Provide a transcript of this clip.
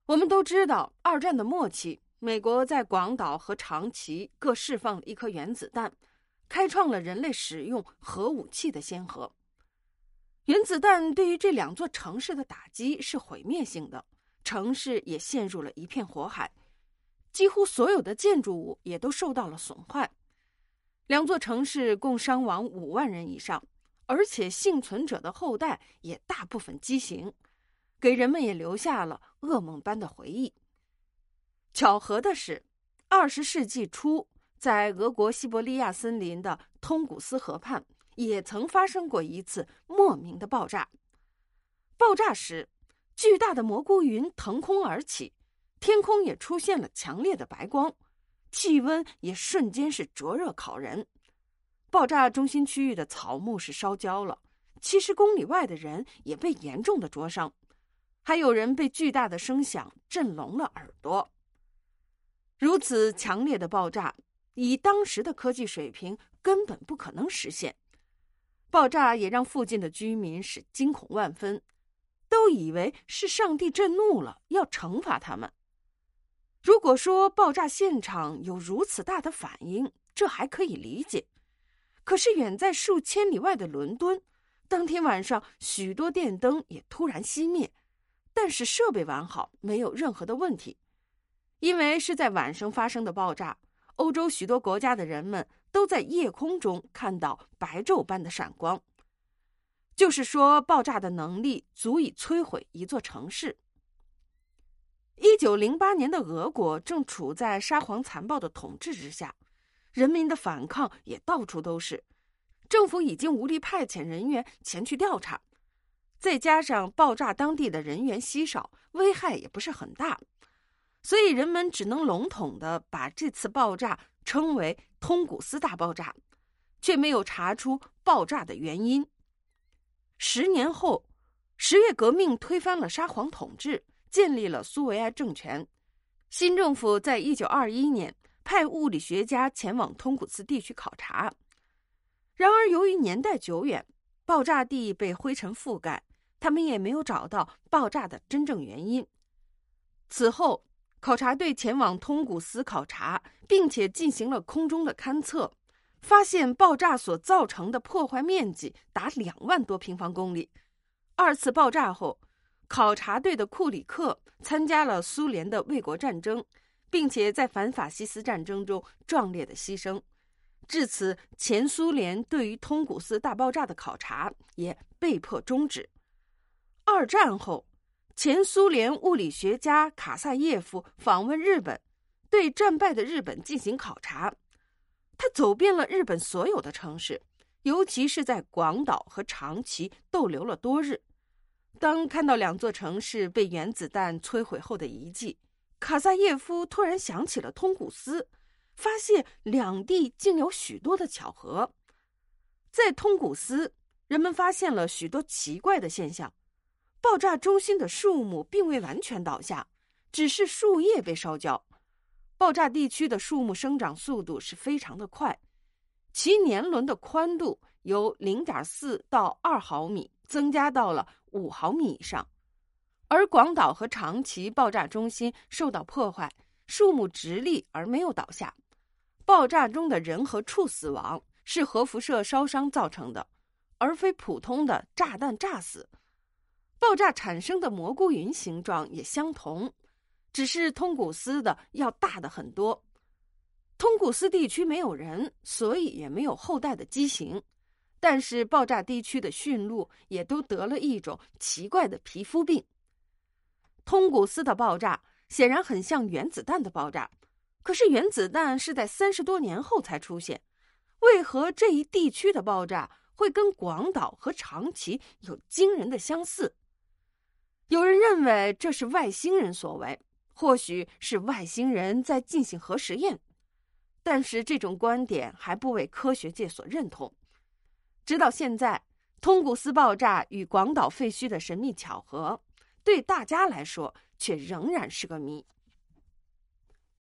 我们都知道，二战的末期，美国在广岛和长崎各释放了一颗原子弹，开创了人类使用核武器的先河。原子弹对于这两座城市的打击是毁灭性的，城市也陷入了一片火海，几乎所有的建筑物也都受到了损坏。两座城市共伤亡5万人以上，而且幸存者的后代也大部分畸形，给人们也留下了噩梦般的回忆。巧合的是，20世纪初，在俄国西伯利亚森林的通古斯河畔，也曾发生过一次莫名的爆炸。爆炸时，巨大的蘑菇云腾空而起，天空也出现了强烈的白光，气温也瞬间是灼热烤人。爆炸中心区域的草木是烧焦了，70公里外的人也被严重的灼伤，还有人被巨大的声响震聋了耳朵。如此强烈的爆炸，以当时的科技水平根本不可能实现。爆炸也让附近的居民是惊恐万分，都以为是上帝震怒了，要惩罚他们。如果说爆炸现场有如此大的反应，这还可以理解。可是远在数千里外的伦敦，当天晚上许多电灯也突然熄灭，但是设备完好，没有任何的问题。因为是在晚上发生的爆炸，欧洲许多国家的人们都在夜空中看到白昼般的闪光，就是说爆炸的能力足以摧毁一座城市。1908年的俄国正处在沙皇残暴的统治之下，人民的反抗也到处都是，政府已经无力派遣人员前去调查，再加上爆炸当地的人员稀少，危害也不是很大，所以人们只能笼统地把这次爆炸称为通古斯大爆炸，却没有查出爆炸的原因。10年后，10月革命推翻了沙皇统治，建立了苏维埃政权。新政府在1921年派物理学家前往通古斯地区考察。然而由于年代久远，爆炸地被灰尘覆盖，他们也没有找到爆炸的真正原因。此后考察队前往通古斯考察，并且进行了空中的勘测，发现爆炸所造成的破坏面积达2万多平方公里。2次爆炸后，考察队的库里克参加了苏联的卫国战争，并且在反法西斯战争中壮烈的牺牲。至此，前苏联对于通古斯大爆炸的考察也被迫终止。2战后，前苏联物理学家卡萨耶夫访问日本，对战败的日本进行考察。他走遍了日本所有的城市，尤其是在广岛和长崎逗留了多日。当看到2座城市被原子弹摧毁后的遗迹，卡萨耶夫突然想起了通古斯，发现两地竟有许多的巧合。在通古斯，人们发现了许多奇怪的现象。爆炸中心的树木并未完全倒下，只是树叶被烧焦。爆炸地区的树木生长速度是非常的快，其年轮的宽度由 0.4 到2毫米增加到了5毫米以上。而广岛和长崎爆炸中心受到破坏，树木直立而没有倒下。爆炸中的人和畜死亡是核辐射烧伤造成的，而非普通的炸弹炸死。爆炸产生的蘑菇云形状也相同，只是通古斯的要大的很多。通古斯地区没有人，所以也没有后代的畸形，但是爆炸地区的驯鹿也都得了一种奇怪的皮肤病。通古斯的爆炸显然很像原子弹的爆炸，可是原子弹是在30多年后才出现，为何这一地区的爆炸会跟广岛和长崎有惊人的相似？有人认为这是外星人所为，或许是外星人在进行核实验，但是这种观点还不为科学界所认同。直到现在，通古斯爆炸与广岛废墟的神秘巧合，对大家来说却仍然是个谜。